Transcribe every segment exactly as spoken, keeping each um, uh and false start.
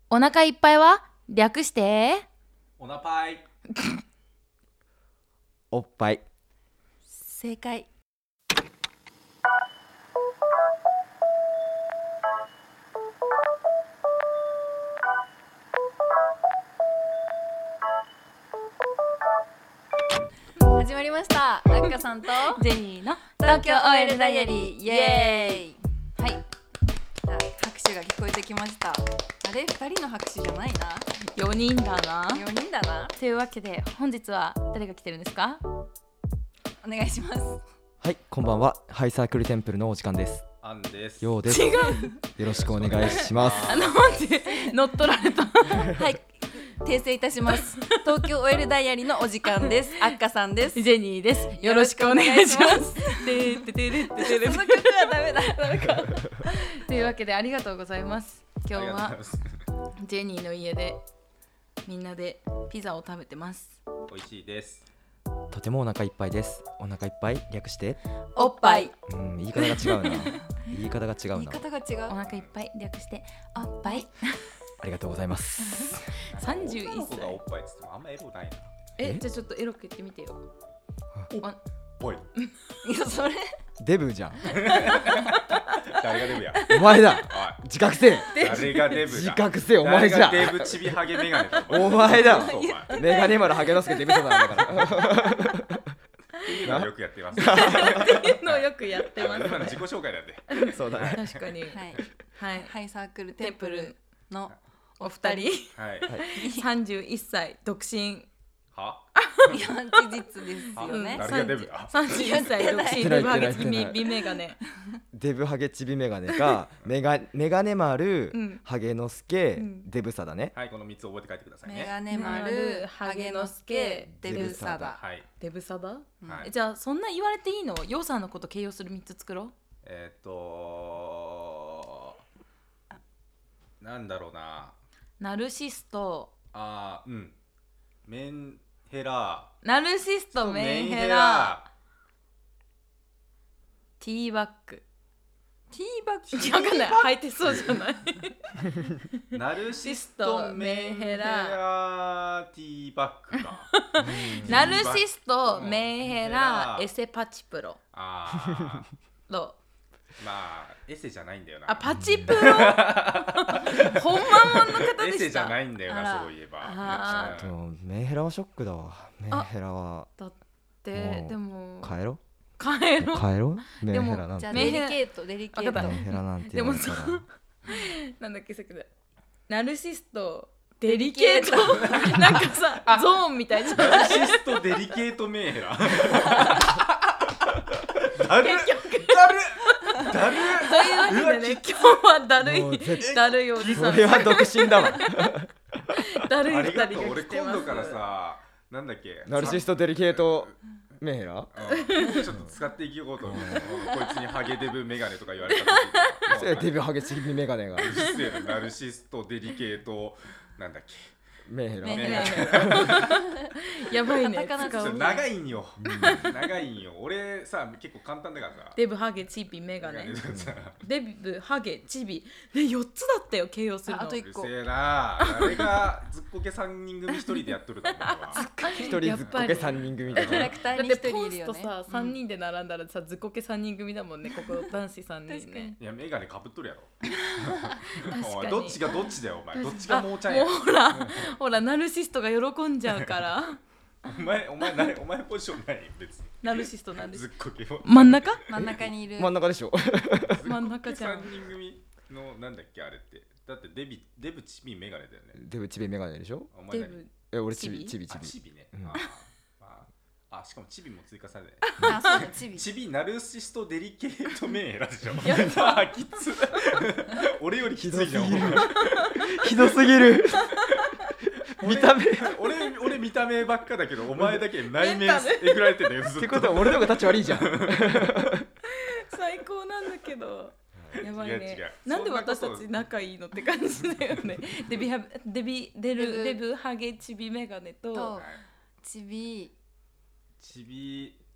お腹いっぱいは略しておなぱいおっぱい。 正解。始まりました。ラッカさんとジェニーの東京 オーエル ダイアリー、イエーイ。はい、拍手が聞こえてきました。あれ、ふたりの拍手じゃないな。 よにんだな。 よにんだな。 というわけで本日は誰が来てるんですか？ お願いします。 はい、こんばんは。ハイサークルテンプルのお時間です。 アンです。 ようです。 違う。 よろしくお願いします。 あの待って乗っ取られた。 はい、訂正いたします。東京 オーエル ダイアリーのお時間です。あっかさんです。 ジェニーです。よろしくお願いします。ててててててて。 その曲はダメだ。ダメか。 というわけでありがとうございます。今日ありがとうございはますジェニーの家でみんなでピザを食べてます。 美味しいです。 とてもお腹いっぱいです。お腹いっぱい略しておっぱい。 うん、言い方が違うな。言い方が違言うな。 い方が違おう。 腹いっぱい略しておっぱい。 ありがとうございます。 さんじゅういっ女の子がおっさい。 ぱいっつってもあんまエロないな。 え、 えじゃあちょっとエロく言ってみてよ。あおい、 いや、それデブじゃん。 誰がデブや。 お前だ。 お自覚せえ。 い、誰がデブだ。 自覚せえ、お前じゃん。 誰がデブチビハゲメガネだ。 お前だ。 そうお前メガネ丸ハゲのスケデブソなんだから。 っていうのをよくやってます。 っていうのをよくやってます今のね。 自己紹介だって。 そうだね。 確かに。 はい、 はい。 ハイサークルテンプルのお二人はい。 さんじゅういっさい独身。 は？ いや事実ですよね。 誰がデブだ。 さんじゅういっさい独身言ってないデブハゲ言ってない美メガネ。 デブハゲチビメガネかメガメガネ丸、 うんハゲのスケ、 うんデブサだね。 はい、この三つ覚えて帰ってくださいね。 メガネ丸、ハゲのスケ、デブサダ。 はい。 デブサダ？ はいえじゃあそんな言われていいの？ヨウさんのこと形容するみっつ作ろう。 えーっとなんだろうな。 ナルシスト、 あーうん。メンヘラ。 ナルシストメンヘラ、ティーバッグ。 ティーバッグ。 わかんない。履いてそうじゃない？ ナルシストメンヘラティーバッグか。 ナルシストメンヘラエセパチプロ。 あどう？ ーまあエセじゃないんだよな。 あ、パチプロ。ほんまもんの方でした。 エセじゃないんだよな、 あらそういえば。 あでもメンヘラはショックだわ。メンヘラはだってもうでも帰ろ帰ろう。 帰ろメンヘラなんてじゃあメンヘラデリケート、デリケートわかっ。 メンヘラなんてでも言われたらなんだっけさっきでナルシストデリケートなんかさゾーンみたいじゃん。 ナルシストデリケートメンヘラ。だる結局だるだるというわけでね、今日はだるいもう絶だるいおじさん、 それは独身だわ。 だるいありが二人とう。俺が来てます。 今度からさ、なんだっけ、 ナルシストデリケートメンヘラうんちょっと使っていこうと思う。こいつにハゲデブメガネとか言われた時それデビューハゲチビメガネがうるせえな。ナルシストデリケートなんだっけ。 メンヘラメンヘラやばいね。 カタカナ使うちょっと長いんよ。長いんよ。俺さ結構簡単だからさ。 デブハゲチビメガネ。 メガネとかさデブハゲチビでよっつだったよ形容するの。 ああと一うるせえな。誰がずっこけ三人組一人でやっとるだろうわ。 一人ずっこけ三人組みたキャラいクターに一だってポ人いるよね。 ストさ、三人で並んだらさずっこけ三人組だもんね。ここ男子三人確かにね。 いやメガネかぶっとるやろ。 確かにおいどっちがどっちだよお前。どっちがもうちゃんやもう。ほらほらナルシストが喜んじゃうからお前お前何お前ポジションない別に。 ナルシストなんですずっこけを。 真ん中真ん中にいる。 真ん中でしょ。 真ん中じゃん三人組のなんだっけあれって。だってデビデブチビメガネだよね。 デブチビメガネでしょ。 お前何デブえ俺チチビビチビチあビチビね。 うんあまああしかもチビも追加されて。 あ、そう、チビ。 チビナルシストデリケートメンヘラでしょ。 やあきつ。俺よりきついじゃん。 ひどすぎる。見た目っ俺俺見た目ばっかだけどお前だけ内面メンタルえぐられてんだよずっと。 てことは俺の方が立ち悪いじゃん。 最高なんだけどやばいね違う違う。 なんでそんなこと私たち仲いいのって感じだよね。デビハデビデルデブデブハゲチビメガネととチビ。 チビ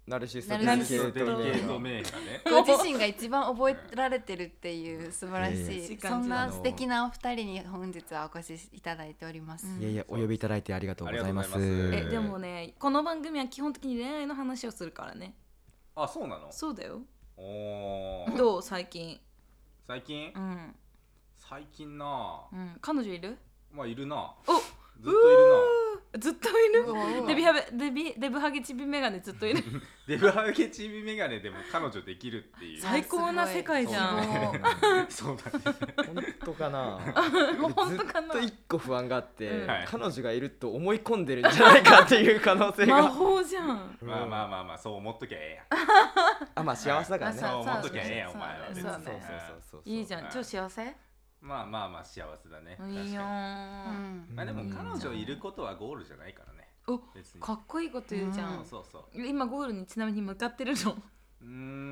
ナルシストナルシデリストケートメーカーね。 ご自身が一番覚えられてるっていう素晴らしい、 えーそんな素敵なお二人に本日はお越しいただいております、 うんいやいやお呼びいただいてありがとうございますありがとうございますえでもねこの番組は基本的に恋愛の話をするからね。 あ、そうなの？ そうだよ。 おー。 どう最近？ 最近う？ん最近な。 うん彼女いる？ まあいるな。 おずっといるずっといるうわうわデビハベデビデブハゲチビメガネずっといるな。デブハゲチビメガネでも彼女できるっていう。 最高な世界じゃん。 そうだね。 本当かな本当かなずっと一個不安があって、 うんはい彼女がいると思い込んでるんじゃないかっていう可能性魔が法じゃん。 まあまあまあまあそう思っときゃえあまあ幸せだからねそうあ思っときゃええやんそうお前はそうそうそうそうそうそういいじゃん超幸せ。 えやん。まあまあまあ幸せだね。 いいよ確かに。 ー。 まあでもうん彼女いることはゴールじゃないからね。 お別に。 かっこいいこと言うじゃ。 そうんそうそう。 今ゴールにちなみに向かってるの？ うー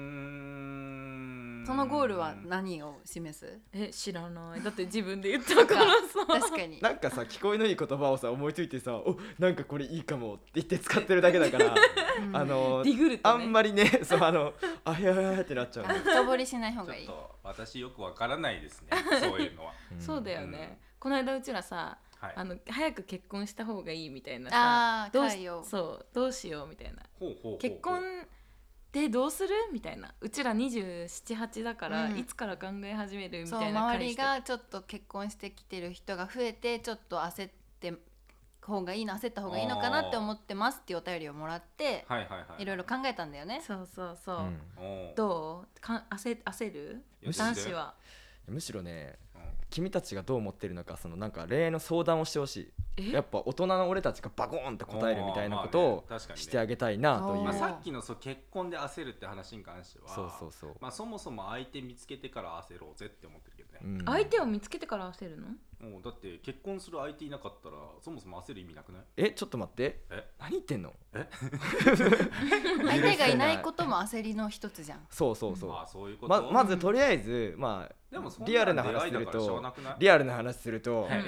ん。 そのゴールは何を示す？ え知らない。だって自分で言ったからさ。 確かになんかさ聞こえのいい言葉をさ思いついてさおなんかこれいいかもって言って使ってるだけだからうんあのディグルとね。 あんまりねそうあのあやややってなっちゃうの深掘りしない方がいい。 ちょっと私よくわからないですね。そういうのは。 そうだよね。この間うちらさはい。 あの早く結婚した方がいいみたいなさああどうし回をそうどうしようみたいなほうほうほうほう結婚でどうするみたいなうちらにじゅうなな、はちだから、 うんいつから考え始めるみそうたいな周りがちょっと結婚してきてる人が増えてちょっと焦って方がいいの焦った方がいいのかなって思ってますっていうお便りをもらってはいはいはい。 いろいろ考えたんだよね。 そうそうそう、 うんおーどうか焦焦るよし男子はむしろねうん君たちがどう思ってるのかそのなんか恋愛の相談をしてほしえいやっぱ大人の俺たちがバコーンって答えるみたいなことをまあね確かにねしてあげたいなという、 まあ、 おーさっきのそう結婚で焦るって話に関してはそうそうそう、 まあ、そもそも相手見つけてから焦ろうぜって思ってるけどね、 うん相手を見つけてから焦るのもうだって結婚する相手いなかったらそもそも焦る意味なくない？ えちょっと待ってえ何言ってんの相手がいないことも焦りの一つじゃん。 そうそうそう、 ああそういうこと、 ままずとりあえずまあでもそんなリアルな話する出会いだからしょうとがなくない？ リアルな話すると、 はい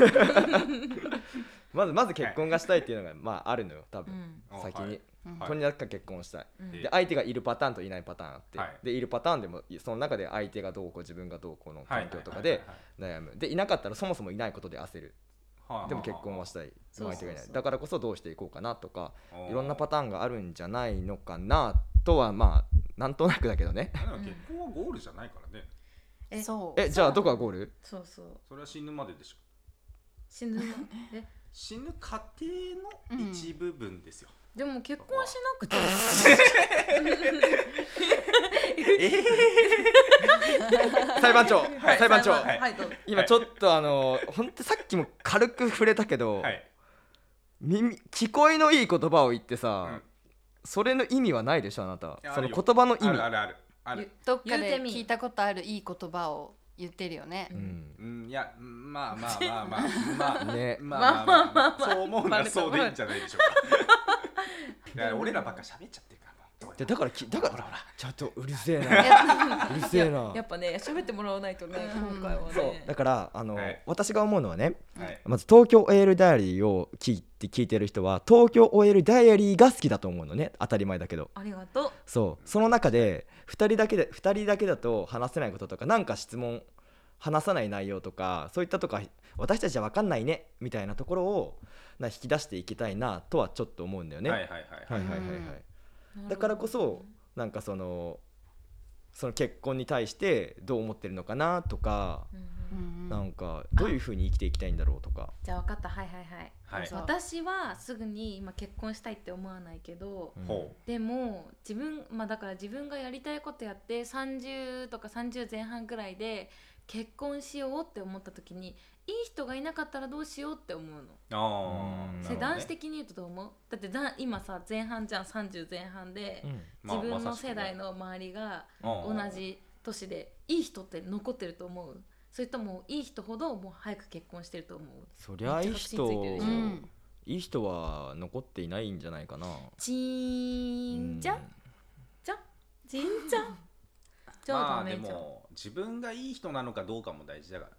まずまず結婚がしたいっていうのがまああるのよ多分、 うん先に、 はいうんはいとにかく結婚したい、 うんで相手がいるパターンといないパターンあって、 はいでいるパターンでもその中で相手がどうこう自分がどうこうの環境とかはいではいはい悩むでいなかったらそもそもいないことで焦るはいはいでも結婚はしたいそうそうそう相手がいないだからこそどうしていこうかなとかおーいろんなパターンがあるんじゃないのかなとはまあなんとなくだけどねでも結婚はゴールじゃないからね。 えそうえじゃあどこがゴールそうそうそれは死ぬまででしょ。 死ぬのえ死ぬ過程の一部分ですよ。 でも結婚しなくて裁判長、 はい裁判長、 はいはいどうぞ今ちょっとあの本当さっきも軽く触れたけど、 はい。 耳聞こえのいい言葉を言ってさ、 うんそれの意味はないでしょあなたそのやあるよ言葉の意味あるあるあるある。 どっかで言うてみ聞いたことあるいい言葉を言ってるよね。 うんうんいやまあまあまあまあまあねまあまあまあまあそう思うならバレたそうでいいんじゃないでしょうか。だから俺らばっか喋っちゃってるからもうでだからきだからほらほらちょっとうるせえいなやうるせえなやっぱね喋ってもらわないとねうん今回はねそうだからあの、 はい私が思うのはねはいまず東京 オーエル ダイアリーを聞いて聞いてる人は東京 オーエル ダイアリーが好きだと思うのね当たり前だけどありがとうそうその中でふたりだけでふたりだけだと話せないこととかなんか質問話さない内容とかそういったとか私たちは分かんないねみたいなところをな引き出していきたいなとはちょっと思うんだよね、 はいはいはいはいはいはいはいだからこそなんかそのその結婚に対してどう思ってるのかなとか、 うんうんなんかどういう風に生きていきたいんだろうとか、 じゃあ分かったはいはいはい、 はいそう私はすぐに今結婚したいって思わないけど、 うんほでも自分まあだから自分がやりたいことやってさんじゅうとかさんじゅうぜん半ぐらいで結婚しようって思った時にいい人がいなかったらどうしようって思うの。 うあうんあそれ男子的に言うとどう思う？だってだ今さ前半じゃんさんじゅうぜん半で、 うん自分の世代の周りが同じ年でいい人って残ってると思う？それともいい人ほどもう早く結婚してると思う？ そりゃいい人めっちゃ確信ついてるでしょうんいい人は残っていないんじゃないかな。 ちーんじゃうんじゃちんじゃじゃあまあでダメじゃん、 も自分がいい人なのかどうかも大事だからね。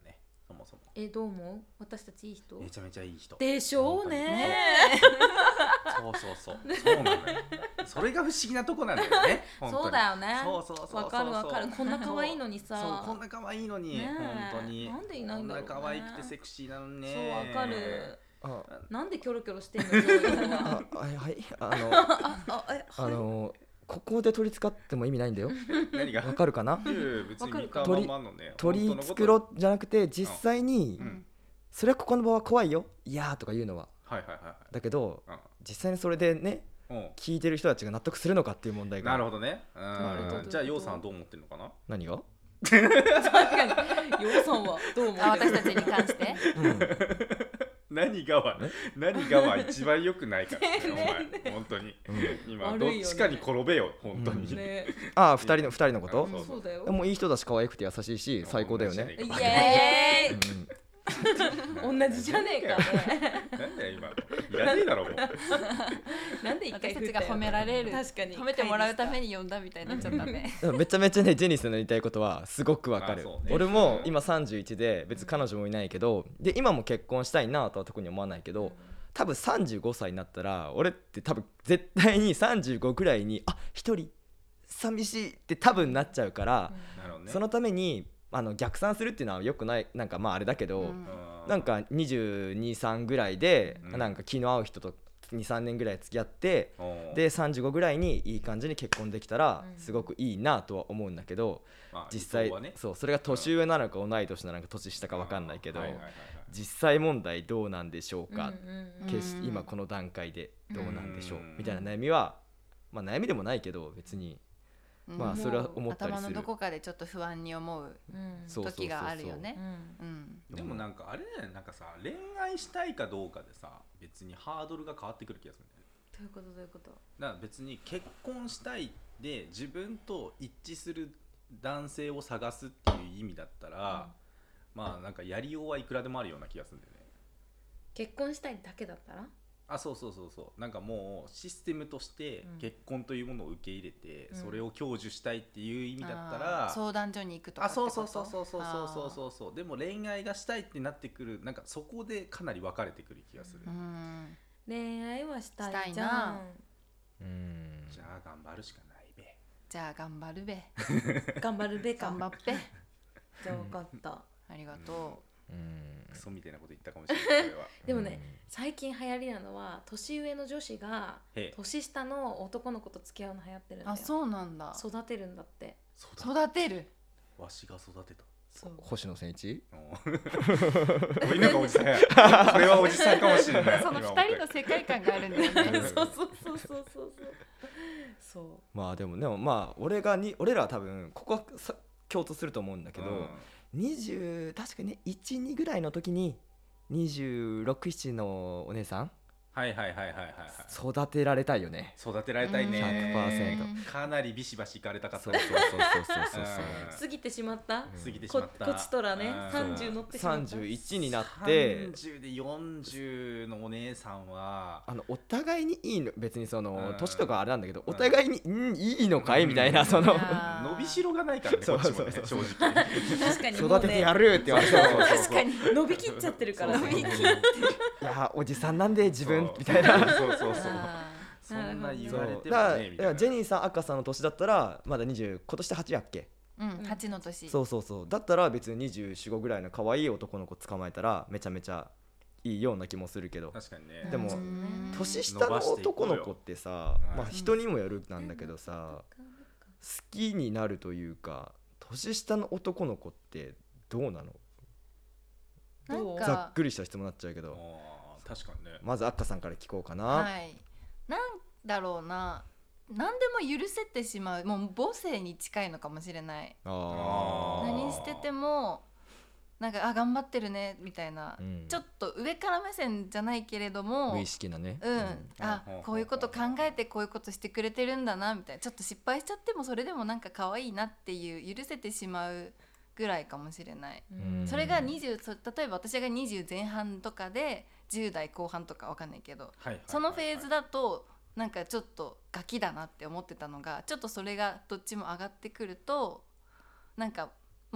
そもそもえどう思う？私たちいい人めちゃめちゃいい人でしょうね。 そうそうそうそうなのよそれが不思議なとこなんだよね本当にそうだよね。 そうそうそうそうわかるわかる。こんな可愛いのにさ。 そうこんな可愛いのに、 ねえ本当になんでいないんだろうねこんな可愛くてセクシーなのにねそうわかる。 あなんでキョロキョロしてんのそういうのあは。 はいはいあのああえあのここで取り使っても意味ないんだよ。 何がわかるかな？ いやいや別に見たままのね取り繕ううじゃなくて実際に、 うんそれはここの場は怖いよいやーとか言うのははいはいはいはいだけどうん実際にそれでねうん聞いてる人たちが納得するのかっていう問題が。 なるほどねうなるほどんじゃあヨウさんはどう思ってるのかな何が？ 確かに。ヨウさんはどう思う？ あ私たちに関してうん何がは何がは一番良くないからねお前本当にうん今悪いよねどっちかに転べよ本当にね。 ああふたりのふたりのことうんそうそうだよ。 でもいい人だし可愛くて優しいし最高だよね。 イ同じじゃねエーイ。 うん同じじゃねえかね。 えかなんだよ今いらねえだろもうなんで一回私たちが褒められる確かに褒めてもらうために呼んだみたいになっちゃったねでもめちゃめちゃねジェニスの言いたいことはすごくわかる、 まあそうね俺も今さんじゅういちで別に彼女もいないけどで今も結婚したいなとは特に思わないけど多分さんじゅうごさいになったら俺って多分絶対にさんじゅうごくらいにあ一人寂しいって多分なっちゃうから、 なるほどねそのためにあの逆算するっていうのはよくないなんかまああれだけど、 うんなんかにじゅうに、さんぐらいで、 うんなんか気の合う人とに、さんねんぐらい付き合ってうんでさんじゅうごぐらいにいい感じに結婚できたらうんすごくいいなとは思うんだけど、 まあ実際、 理想はねそうそれが年上なのか同い年なのか年下か分かんないけど、 はいはいはいはい実際問題どうなんでしょうか、 うんうんうん決して今この段階でどうなんでしょう、みたいな悩みは、まあ、悩みでもないけど別に、 うんまあそれは思ったりする。 頭のどこかでちょっと不安に思ううんそうそうそうそう時があるよねうんうんでもなんかあれだよねなんかさ恋愛したいかどうかでさ別にハードルが変わってくる気がするんだよねどういうことどういうこと？ だから別に結婚したいで自分と一致する男性を探すっていう意味だったら、まあなんかやりようはいくらでもあるような気がするんだよね。 結婚したいだけだったら？ あそうそうそうそうなんかもうシステムとしてうん結婚というものを受け入れて、 うんそれを享受したいっていう意味だったあらー相談所に行くとかあってことそうそうそうそうそうそうそうそうでも恋愛がしたいってなってくるなんかそこでかなり分かれてくる気がする、 あーうん恋愛はしたいしたいじゃ。 なんうんじゃあ頑張るしかないべじゃあ頑張るべ頑張るべか。 頑張っぺじゃあ分かった。 ありがとうんクソみたいなこと言ったかもしれないそれはでもね、最近流行りなのは年上の女子がへえ年下の男の子と付き合うの流行ってるんだよ。 うあそうなんだ育てるんだって。 そうだ育てるわしが育てたそう。 星野千一おいなんかおじさんやこれはおじさんかもしれないその今二人の世界観があるんだよねそうそうそうそうそうそう。そう。 まあでもでもまあ俺がに俺らは多分ここはさ共通すると思うんだけど、 うんにじゅう確かにねいち、にぐらいの時ににじゅうろく、ななのお姉さんはいはいはいはいはいはい育てられたいよね。 育てられたいねひゃくパーセントかなりビシバシいかれたかったそうそうそうそうそうそううん過ぎてしまった。 過ぎてしこまったこちとらねうんさんじゅう乗ってしまった。 さんじゅういちになってさんじゅうでよんじゅうのお姉さんはあのお互いにいいの別にそのうん年とかあれなんだけどうんお互いにんいいのかいみたいなうんそのあー伸びしろがないからねそうこっちもねそうそう正直確かにもう育ててやるって言われてもそうそうそう確かに伸びきっちゃってるからそうそうね。 いやおじさんなんで自分そうみたいな。 そうそうそうあそんな言そうわれてだからもねみたいなジェニーさん赤さんの年だったらまだにじゅう今年ではちやっけ。 ーうんはちの年そうそうそうだったら別ににじゅうよん、ごぐらいの可愛い男の子捕まえたらめちゃめちゃいいような気もするけど確かにねでもうん年下の男の子ってさうんまあ人にもよるなんだけどさ好きになるというか年下の男の子ってどうなの？ なんざっかくりした質問になっちゃうけどあー確かにねまず赤さんから聞こうかな。 はいなんだろうな何でも許せてしまうもう母性に近いのかもしれないあー何しててもなんかあ頑張ってるねみたいな、 うんちょっと上から目線じゃないけれども無意識なね。 うん、 うんあうんこういうこと考えてこういうことしてくれてるんだなみたいなちょっと失敗しちゃってもそれでもなんか可愛いなっていう許せてしまうぐらいかもしれない、 うんそれがにじゅうそ例えば私がにじゅう前半とかでじゅう代後半とかわかんないけどはいはいはいはいそのフェーズだとなんかちょっとガキだなって思ってたのがちょっとそれがどっちも上がってくるとなんかもう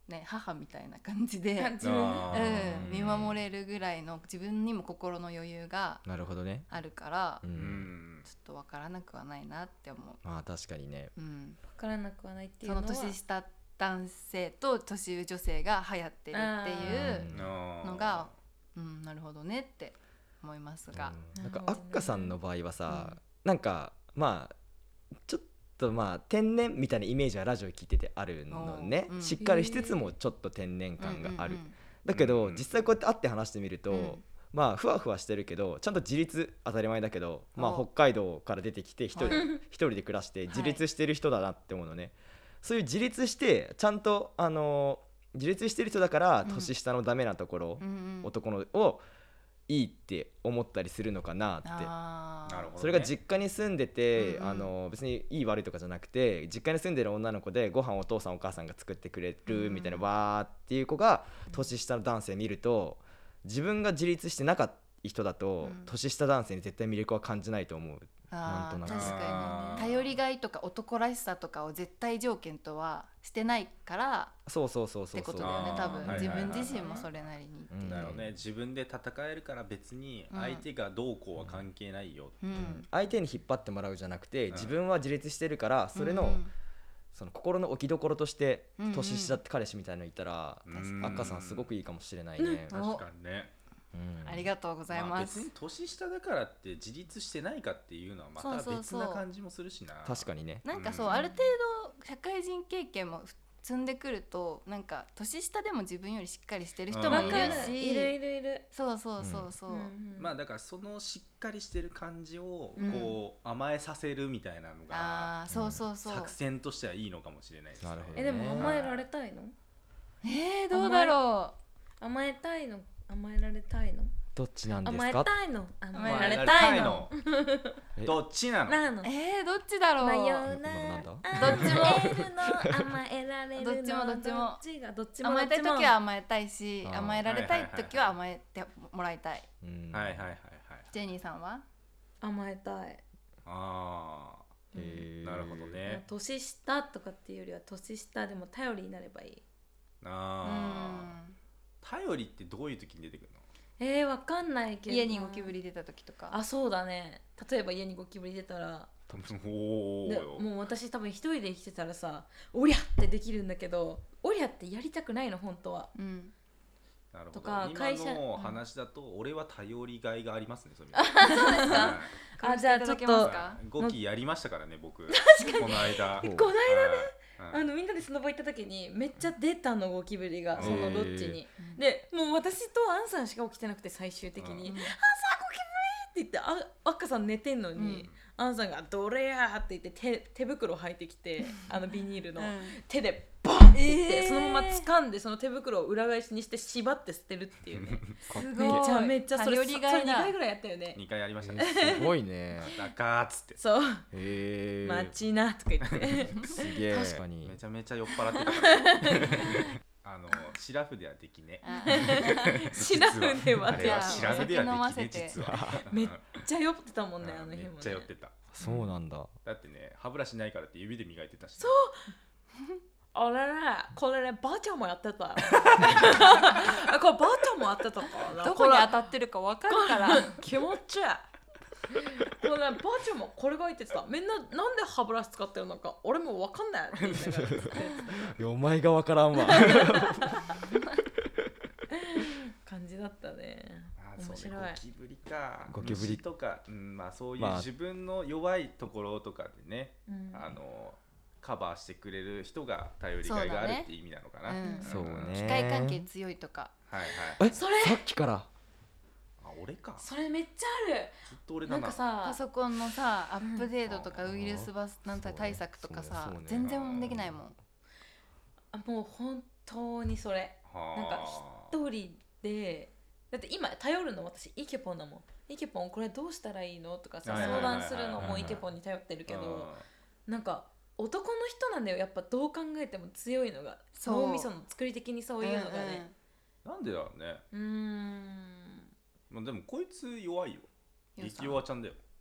ね母みたいな感じで、 自分あーうん、見守れるぐらいの自分にも心の余裕がなるほどね。 あるから、 ううんんちょっと分からなくはないなって思う、 まあ確かにね。 うん、 分からなくはないっていうそののは年下男性と年上女性が流行ってるっていうあーのが、うん、なるほどねって思いますが、 うんなんかなるほどねアッカさんの場合はさ、 うんなんかまあちょっとまあ天然みたいなイメージはラジオ聞いててあるのね、 おーうんしっかりしつつもちょっと天然感がある、 うんうんだけど、 うん実際こうやって会って話してみると、 うんまあふわふわしてるけどちゃんと自立当たり前だけど、まあ、 お北海道から出てきて一人はい一人で暮らしてい自立してる人だなって思うのね、そういう自立してちゃんとあの自立してる人だからうん年下のダメなところ、 うんうん男のをいいって思ったりするのかなって。 あーなるほどねそれが実家に住んでて、 うんうんあの別にいい悪いとかじゃなくて実家に住んでる女の子でご飯をお父さんお母さんが作ってくれるみたいなうんわーっていう子が年下の男性見ると自分が自立してなかった人だと、 うん年下男性に絶対魅力は感じないと思う。 あーなんとなく確かあーに頼りがいとか男らしさとかを絶対条件とはしてないからそうそうそうそうそうってことだよねあー多分、 はいはいはいはい自分自身もそれなりにっていう、 うんなるほどね、自分で戦えるから別にうん相手がどうこうは関係ないよ、 うん相手に引っ張ってもらうじゃなくてうん自分は自立してるからそれの,、 うんうんその心の置きどころとしてうんうん年下って彼氏みたいなのいたら、 うんアッカさんすごくいいかもしれないね。 うん確かにね、 うんありがとうございまあ、 ます、 別に年下だからって自立してないかっていうのはまたそうそうそう別な感じもするしな。 確かにね。 なんかそう、 うんある程度社会人経験も積んでくるとなんか年下でも自分よりしっかりしてる人もいるうんわかるし、 いるいるいる、 そうそうそうそう、 まあだからそのしっかりしてる感じをうんこう甘えさせるみたいなのがあーそうそうそう、 作戦としてはいいのかもしれないですね。 なるほどえでも甘えられたいのえー、どうだろ甘えたいの甘えられたいのどっちなんです甘えか？ たいの甘甘えられ甘えられたいのたいのえどっちなの？ なのうえー、どっちだろう迷うななんだ甘えるの甘えられるのどっちもどっちもどっちがどっちも甘えたい時は甘えたいしあー甘えられたい時は甘えてもらいたい、 うんはいはいはいはい。 ジェニーさんは甘えたいあへーなるほどね年下とかっていうよりは年下でも頼りになればいいあ。 うああ。 ん頼りってどういう時に出てくるの？ えー、わかんないけど家にゴキブリ出た時とかあそうだね例えば家にゴキブリ出たらおでもう私多分一人で生きてたらさおりゃってできるんだけどおりゃってやりたくないの本当はうんなるほど。 とか今会社の話だと俺は頼りがいがありますね。そういう意味で。そうですか？ あじゃあちょっとますかごきやりましたからね僕。この間。 ここの間ねはいあのみんなでスノボ行った時にめっちゃ出たのゴキブリがそのロッジに、 うんでもう私とアンさんしか起きてなくて最終的に「 うんアンさんゴキブリ!」って言ってあアッカさん寝てんのに、 うんアンさんが「どれや!」って言って手手袋履いてきてあのビニールの、 うん手でバンって言って、 えーそのまま掴んでその手袋を裏返しにして縛って捨てるっていうねかっけすごいめちゃめちゃそれ頼りがいだそれにかいぐらいやったよねにかいやりましたえね。 ーすごいね。 だかーっつって。 そうへえ。 待ちなとか言ってすげえ。 確確かにめ。ちゃめちゃ酔っ払ってたから。あのシラフではできね。 あシラフではあれはシラフではできねお酒飲ませて実は。 めっちゃ酔ってたもんねあのめっ日もねちゃ酔ってた。 そうなんだ。 だってね歯ブラシないからって指で磨いてたし。そう。 あれねこれねばあちゃんもやってたよあこればあちゃんもやってたからどこにれ当たってるか分かるから気持ちいいこれねばあちゃんもこれが言ってたみんななんで歯ブラシ使ってるのか俺も分かんないって言いながらずっとやっていやお前がわからんわ。 た感じだったねあそうね面白いゴキブリか。 ゴキブリ虫とか、うん、まあそういうまあ自分の弱いところとかでね、 うんあのカバーしてくれる人が頼りがいがあるって意味なのかな。 そうだねそうね。 ん機械関係強いとかはいはい。 えそれさっきから。 あ俺か。 それめっちゃあるずっと俺だな。 なんかさパソコンのさアップデートとかうんウイルスバスなんた対策とかさそうね全然できないもんあもう本当にそれはあなんか一人でだって今頼るの私イケポンだもんイケポンこれどうしたらいいのとかさはいはいはいはい相談するのもイケポンに頼ってるけどなんか男の人なんだよやっぱどう考えても強いのがそう脳みその作り的にそういうのがねうんなんでだろうね。 うーんまあでもこいつ弱いよ。 弱さ激弱ちゃんだよ。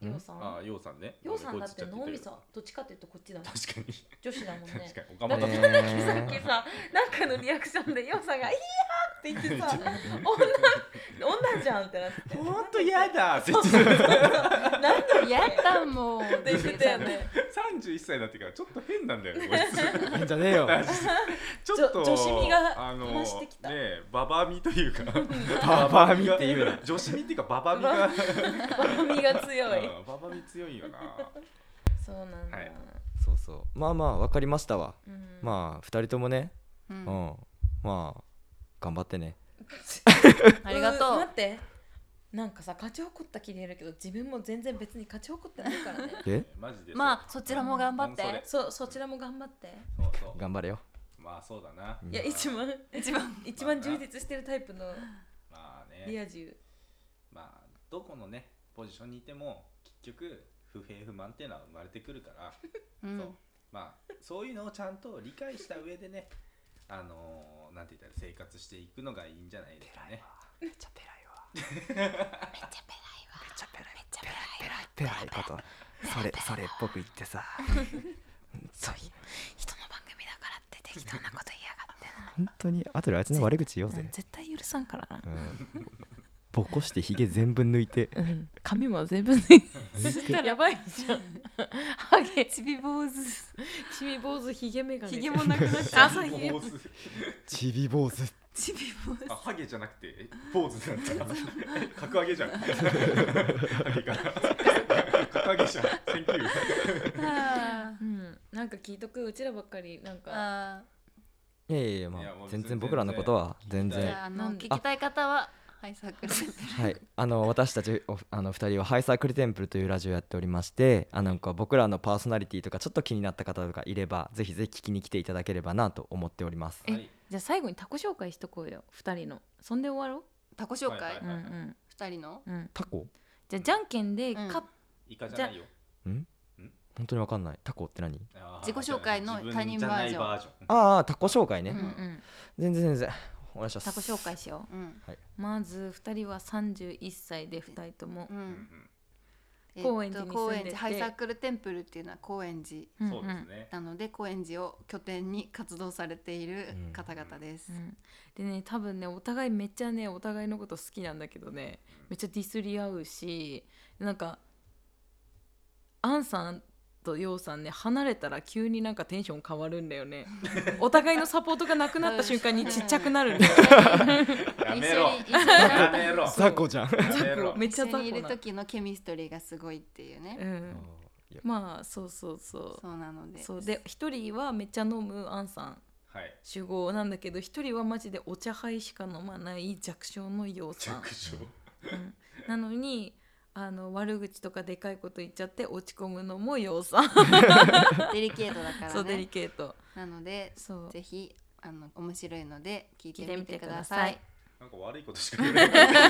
うんようさんああようさんね。 ようさんだって脳みさそどっちかっていうとこっちだもん確かに女子だもんね確かに岡本だってねさんえさっきさなんかのリアクションでようさんが「いや!」って言ってさ女女じゃんってなってほんとやだって言ってた。 なんだっけやだもうって言ってたよねさんじゅういっさいになってからちょっと変なんだよねこいつ。 変じゃねえよちょっと女女子味があの増してきたねえババ味というかババ味っていうな女子味っていうかババ味がババみが強いうんババ味強いよな。 そうなんだ、 はいそうそうまあまあ分かりましたわ、 うんまあふたりともねううんん、まあ頑張ってねありがとうん待ってなんかさ勝ち誇った気でいるけど自分も全然別に勝ち誇ってないからねえマジでそう。 まあそちらも頑張ってうんそれそうそちらも頑張ってそうそう頑張れよまあそうだな。 うんいや一番一番一番充実してるタイプのまあリねア充まあどこのねポジションにいても結局不平不満っていうのは生まれてくるから、 うんそうまあそういうのをちゃんと理解した上でねあのー、なんて言ったら生活していくのがいいんじゃないですかね。 めっちゃペラいわめっちゃペライわめっちゃペライめっちゃペライペライペライことそれそれっぽく言ってさそう人の番組だからって適当なこと言いやがって本当に後であいつの悪口言おうぜ、 絶対許さんからなうん、ぼこしてひげ全部抜いてうん髪も全部抜いてやばいじゃんハゲちび坊主ちび坊主ひげメガネひげもなくなっちゃう朝ひげ坊主ちび坊主ちび坊主あハゲじゃなくてえポーズだった格上げじゃんハゲが格上げじゃんセンキューあうんなんか聞いとくうちらばっかりなんかあいやいやいやまあいやもう全然僕らのことは全然じゃああのなんで聞きたい方ははいサークルはい、あの私たちおあのふたりはハイサークルテンプルというラジオをやっておりましてあなんか僕らのパーソナリティとかちょっと気になった方とかいればぜひぜひ聞きに来ていただければなと思っております。 えはいじゃあ最後にタコ紹介しとこうよふたりのそんで終わろタコ紹介はいはいうんうん二人のうんタコじゃあじゃんけんでうん勝っイカじゃないよ。 ん本当にわかんないタコって何あー自己紹介の自分他人じゃないバージョンバージョン。 ああタコ紹介ね、 うんうんうん全然全然お願いします。 タコ紹介しようんうまずふたりはさんじゅういっさいでふたりともううんんえっと高円寺に住んでて高円寺ハイサークルテンプルっていうのは高円寺うんそうですね。 なので高円寺を拠点に活動されている方々ですう。んでね多分ねお互いめっちゃねお互いのこと好きなんだけどねめっちゃディスり合うしなんかアンさんとヨウさんね離れたら急になんかテンション変わるんだよねお互いのサポートがなくなった瞬間にちっちゃくなるんだよやめろ。 一緒に一緒にやめろ。 ザコじゃん。 やめろ。 めっちゃ一緒にいる雑魚な時のケミストリーがすごいっていうね。 うんまあそうそうそうそうなので。 そうで一人はめっちゃ飲むアンさんはい。 主語なんだけど一人はマジでお茶杯しか飲まない弱小のヨウさん、 弱小。 うん、なのにあの悪口とかでかいこと言っちゃって落ち込むのもヨウさんデリケートだからね。 そうデリケートなのでそうぜひあの面白いので聞いて聞いてみてくみてくだださいさい。 なんか悪いことしか言えない。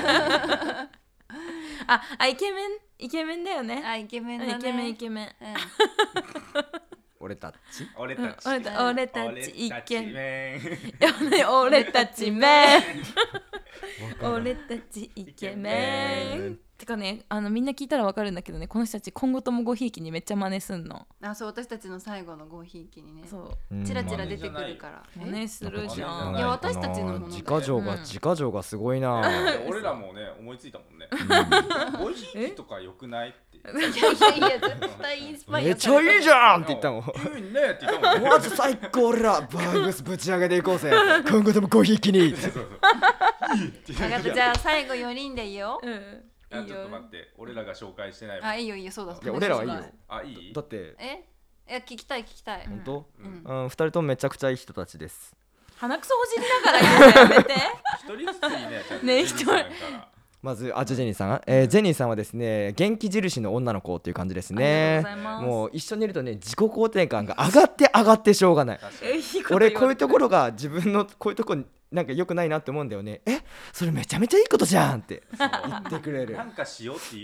ああイケメンイケメンだよねあイケメンだね。 イケメンイケメンうん俺たち俺たち。 俺た俺たちイケメンメン。 俺たちメン俺たちイケメンてかねあのみんな聞いたらわかるんだけどねこの人たち今後ともごひいきにめっちゃ真似すんのあそう私たちの最後のごひいきにね。 そううんチラチラ出てくるから。 真似するじゃんいや私たちのものだよ自家情がうん自家情がすごいな。 俺らもね思いついたもんね。おひいきとか良くないって。 いやいやいや絶対インスパイアめっちゃいいじゃんって言ったもん。 いいねって言ったもんね。 マジ最高俺らバーグスぶち上げていこうぜ。今後ともごひいきに。 そうそう分かったじゃあ最後よにんでいいよ。 うんあいいよちょっと待って俺らが紹介してないもん。 あいいよいいよそうだ。 いや俺らはいいよ。 あいいだってええ聞きたい聞きたい。 本当うんうん二人ともめちゃくちゃいい人たちです。 鼻くそほじりながら言うのやめて一人ずついいねちゃんとね一人ジェニーさんからまずあジェニーさん、えージェニーさんはですね元気印の女の子っていう感じですありがとうねございますもう一緒にいるとね自己肯定感が上がって上がってしょうがない確かにえいいこと俺言われこういうところが自分のこういうとこなんか良くないなって思うんだよねえそれめちゃめちゃいいことじゃんって言ってくれるなんかしようって言うと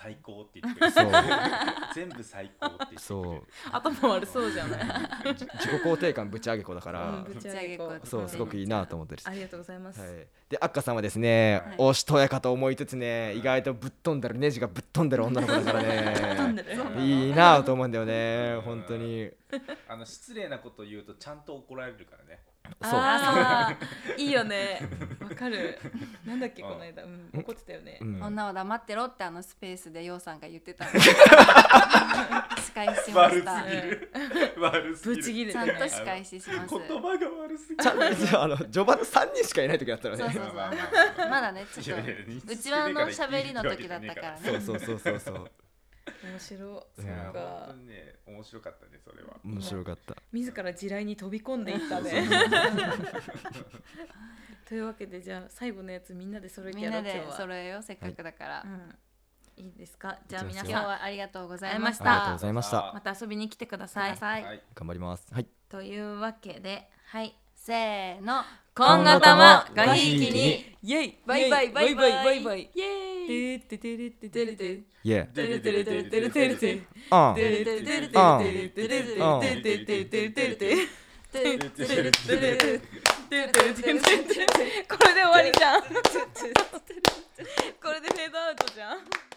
最高って言ってくれる。 そう全部最高って言ってくれる。 そう頭悪そうじゃない自己肯定感ぶち上げ子だから、 うんぶち上げ子そうすごくいいなと思ってるし、 ありがとうございます、 はい、でアッカさんはですね、 はいおしとやかと思いつつね、意外とぶっ飛んでるネジがぶっ飛んでる女の子だからね飛んでるいいなと思うんだよね本当に。 あの失礼なこと言うとちゃんと怒られるからね。 そうあーいいよねわかるなんだっけこの間、うん、 うん怒ってたよね、 うん女は黙ってろってあのスペースでようさんが言ってたの仕返ししま悪すしたぎる。悪すぎる。 ぶち切れちゃんてねと仕返しします。 言葉が悪すぎる。 ちゃんあの序盤さんにんしかいない時だったらねそうそうそう、 まあまああのまだねちょっいやいやと内輪の喋りの時だったからね。 そうそうそうそうそう面白そういや本か当にね面白かったねそれは。 面白かった。 自ら地雷に飛び込んでいったねというわけでじゃあ最後のやつみんなで揃えてみんなでやろう今日は揃えようせっかくだから、 うん、いいですかじゃあ皆今さん日はありがとうございましありがとうたございましたまた遊びに来てくださいください、 はい。 頑張ります。はいというわけではいせーの今後ともごひいきにイエイバイバイバイバイバイバイイエーイてててててててイエーてれてれてれてれてれてれあんててててててててててててこれで終わりじゃんこれでフェードアウトじゃん